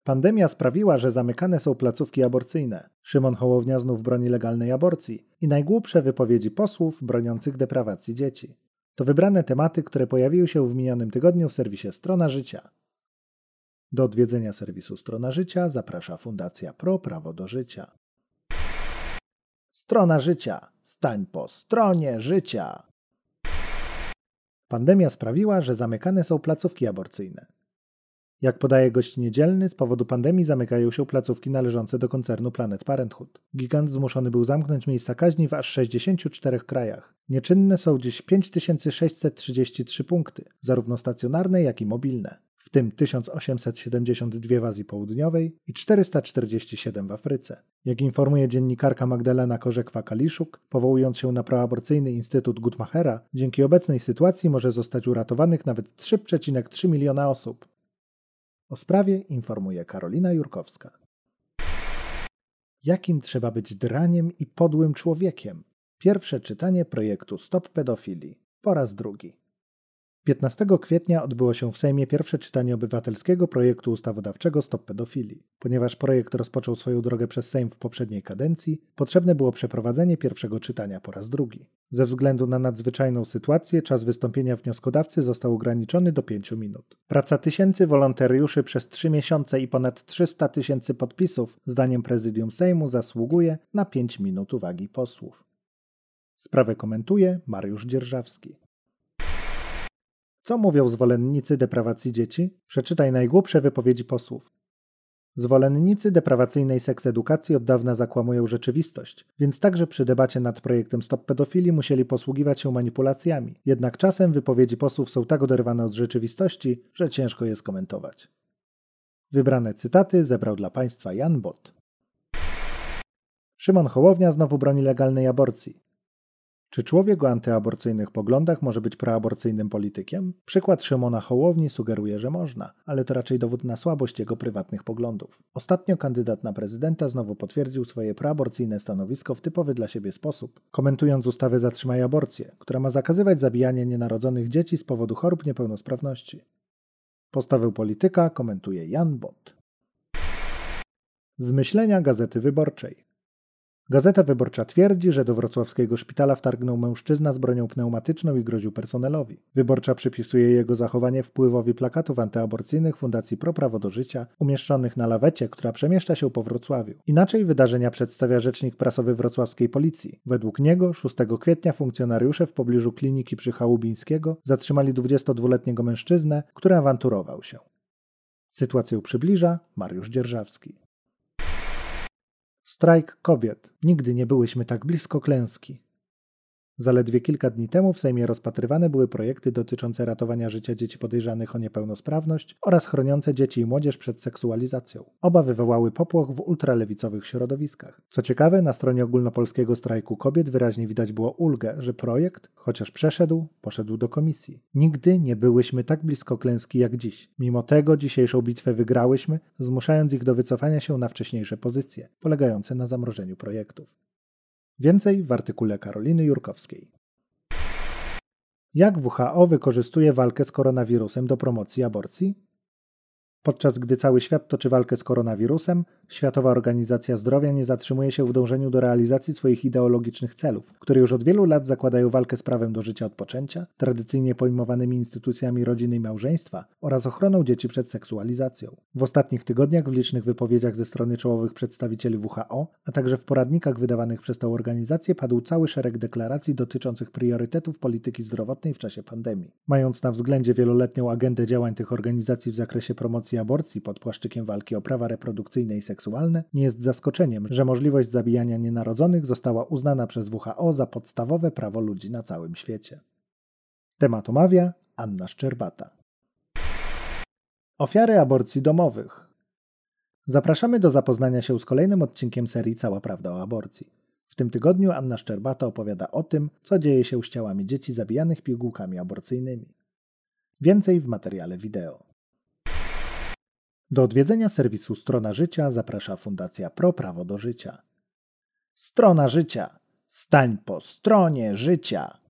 Pandemia sprawiła, że zamykane są placówki aborcyjne. Szymon Hołownia znów broni legalnej aborcji i najgłupsze wypowiedzi posłów broniących deprawacji dzieci. To wybrane tematy, które pojawiły się w minionym tygodniu w serwisie Strona Życia. Do odwiedzenia serwisu Strona Życia zaprasza Fundacja Pro Prawo do Życia. Strona Życia. Stań po stronie życia. Pandemia sprawiła, że zamykane są placówki aborcyjne. Jak podaje gość niedzielny, z powodu pandemii zamykają się placówki należące do koncernu Planned Parenthood. Gigant zmuszony był zamknąć miejsca kaźni w aż 64 krajach. Nieczynne są dziś 5633 punkty, zarówno stacjonarne, jak i mobilne, w tym 1872 w Azji Południowej i 447 w Afryce. Jak informuje dziennikarka Magdalena Korzekwa-Kaliszuk, powołując się na proaborcyjny Instytut Guttmachera, dzięki obecnej sytuacji może zostać uratowanych nawet 3,3 miliona osób. O sprawie informuje Karolina Jurkowska. Jakim trzeba być draniem i podłym człowiekiem? Pierwsze czytanie projektu Stop Pedofilii. Po raz drugi. 15 kwietnia odbyło się w Sejmie pierwsze czytanie obywatelskiego projektu ustawodawczego Stop Pedofilii. Ponieważ projekt rozpoczął swoją drogę przez Sejm w poprzedniej kadencji, potrzebne było przeprowadzenie pierwszego czytania po raz drugi. Ze względu na nadzwyczajną sytuację czas wystąpienia wnioskodawcy został ograniczony do 5 minut. Praca tysięcy wolontariuszy przez 3 miesiące i ponad 300 000 podpisów, zdaniem Prezydium Sejmu, zasługuje na 5 minut uwagi posłów. Sprawę komentuje Mariusz Dzierżawski. Co mówią zwolennicy deprawacji dzieci? Przeczytaj najgłupsze wypowiedzi posłów. Zwolennicy deprawacyjnej seksedukacji od dawna zakłamują rzeczywistość, więc także przy debacie nad projektem Stop Pedofilii musieli posługiwać się manipulacjami. Jednak czasem wypowiedzi posłów są tak oderwane od rzeczywistości, że ciężko je skomentować. Wybrane cytaty zebrał dla Państwa Jan Bot. Szymon Hołownia znowu broni legalnej aborcji. Czy człowiek o antyaborcyjnych poglądach może być proaborcyjnym politykiem? Przykład Szymona Hołowni sugeruje, że można, ale to raczej dowód na słabość jego prywatnych poglądów. Ostatnio kandydat na prezydenta znowu potwierdził swoje proaborcyjne stanowisko w typowy dla siebie sposób, komentując ustawę Zatrzymaj aborcję, która ma zakazywać zabijania nienarodzonych dzieci z powodu chorób niepełnosprawności. Postawę polityka komentuje Jan Bot. Z myślenia Gazety Wyborczej. Gazeta Wyborcza twierdzi, że do wrocławskiego szpitala wtargnął mężczyzna z bronią pneumatyczną i groził personelowi. Wyborcza przypisuje jego zachowanie wpływowi plakatów antyaborcyjnych Fundacji Pro Prawo do Życia, umieszczonych na lawecie, która przemieszcza się po Wrocławiu. Inaczej wydarzenia przedstawia rzecznik prasowy wrocławskiej policji. Według niego 6 kwietnia funkcjonariusze w pobliżu kliniki przy Chałubińskiego zatrzymali 22-letniego mężczyznę, który awanturował się. Sytuację przybliża Mariusz Dzierżawski. Strajk kobiet. Nigdy nie byłyśmy tak blisko klęski. Zaledwie kilka dni temu w Sejmie rozpatrywane były projekty dotyczące ratowania życia dzieci podejrzanych o niepełnosprawność oraz chroniące dzieci i młodzież przed seksualizacją. Oba wywołały popłoch w ultralewicowych środowiskach. Co ciekawe, na stronie ogólnopolskiego strajku kobiet wyraźnie widać było ulgę, że projekt, chociaż przeszedł, poszedł do komisji. Nigdy nie byłyśmy tak blisko klęski jak dziś. Mimo tego dzisiejszą bitwę wygrałyśmy, zmuszając ich do wycofania się na wcześniejsze pozycje, polegające na zamrożeniu projektów. Więcej w artykule Karoliny Jurkowskiej. Jak WHO wykorzystuje walkę z koronawirusem do promocji aborcji? Podczas gdy cały świat toczy walkę z koronawirusem, Światowa Organizacja Zdrowia nie zatrzymuje się w dążeniu do realizacji swoich ideologicznych celów, które już od wielu lat zakładają walkę z prawem do życia od poczęcia, tradycyjnie pojmowanymi instytucjami rodziny i małżeństwa oraz ochroną dzieci przed seksualizacją. W ostatnich tygodniach w licznych wypowiedziach ze strony czołowych przedstawicieli WHO, a także w poradnikach wydawanych przez tę organizację padł cały szereg deklaracji dotyczących priorytetów polityki zdrowotnej w czasie pandemii. Mając na względzie wieloletnią agendę działań tych organizacji w zakresie promocji aborcji pod płaszczykiem walki o prawa reprodukcyjne i seksualne, nie jest zaskoczeniem, że możliwość zabijania nienarodzonych została uznana przez WHO za podstawowe prawo ludzi na całym świecie. Temat omawia Anna Szczerbata. Ofiary aborcji domowych. Zapraszamy do zapoznania się z kolejnym odcinkiem serii Cała prawda o aborcji. W tym tygodniu Anna Szczerbata opowiada o tym, co dzieje się z ciałami dzieci zabijanych pigułkami aborcyjnymi. Więcej w materiale wideo. Do odwiedzenia serwisu Strona Życia zaprasza Fundacja Pro Prawo do Życia. Strona Życia. Stań po stronie życia.